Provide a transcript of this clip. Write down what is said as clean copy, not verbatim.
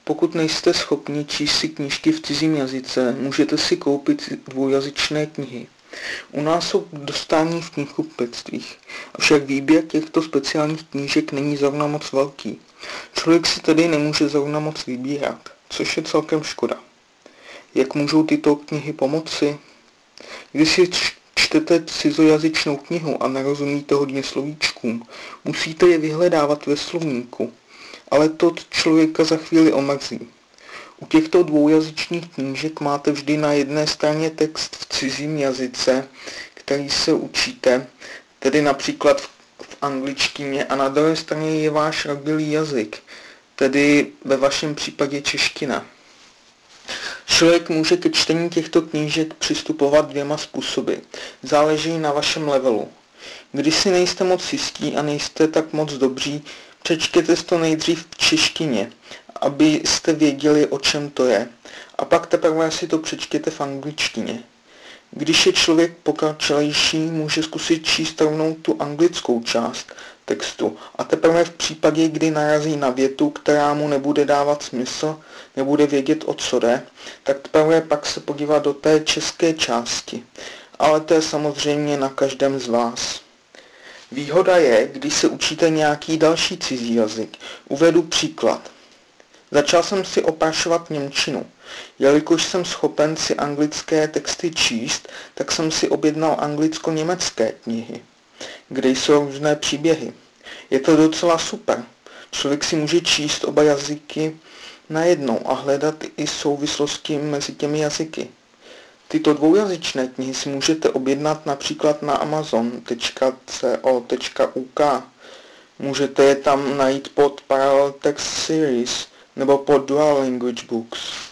Pokud nejste schopni číst si knížky v cizím jazyce, můžete si koupit dvoujazyčné knihy. U nás jsou k dostání v knihkupectvích, avšak výběr těchto speciálních knížek není zrovna moc velký. Člověk si tedy nemůže zrovna moc vybírat, což je celkem škoda. Jak můžou tyto knihy pomoci? Když si čtete cizojazyčnou knihu a nerozumíte hodně slovíčkům, musíte je vyhledávat ve slovníku, ale to člověka za chvíli omrzí. U těchto dvoujazyčných knížek máte vždy na jedné straně text v cizím jazyce, který se učíte, tedy například v angličtině, a na druhé straně je váš rodilý jazyk, tedy ve vašem případě čeština. Člověk může ke čtení těchto knížek přistupovat dvěma způsoby. Záleží na vašem levelu. Když si nejste moc jistí a nejste tak moc dobří, přečtěte to nejdřív v češtině, abyste věděli, o čem to je. A pak teprve si to přečtěte v angličtině. Když je člověk pokročilejší, může zkusit číst rovnou tu anglickou část textu a teprve v případě, kdy narazí na větu, která mu nebude dávat smysl, nebude vědět, o co jde, tak teprve pak se podívat do té české části. Ale to je samozřejmě na každém z vás. Výhoda je, když se učíte nějaký další cizí jazyk. Uvedu příklad. Začal jsem si oprašovat němčinu. Jelikož jsem schopen si anglické texty číst, tak jsem si objednal anglicko-německé knihy, kde jsou různé příběhy. Je to docela super. Člověk si může číst oba jazyky najednou a hledat i souvislosti mezi těmi jazyky. Tyto dvoujazyčné knihy si můžete objednat například na amazon.co.uk. Můžete je tam najít pod Parallel Text Series nebo pod Dual Language Books.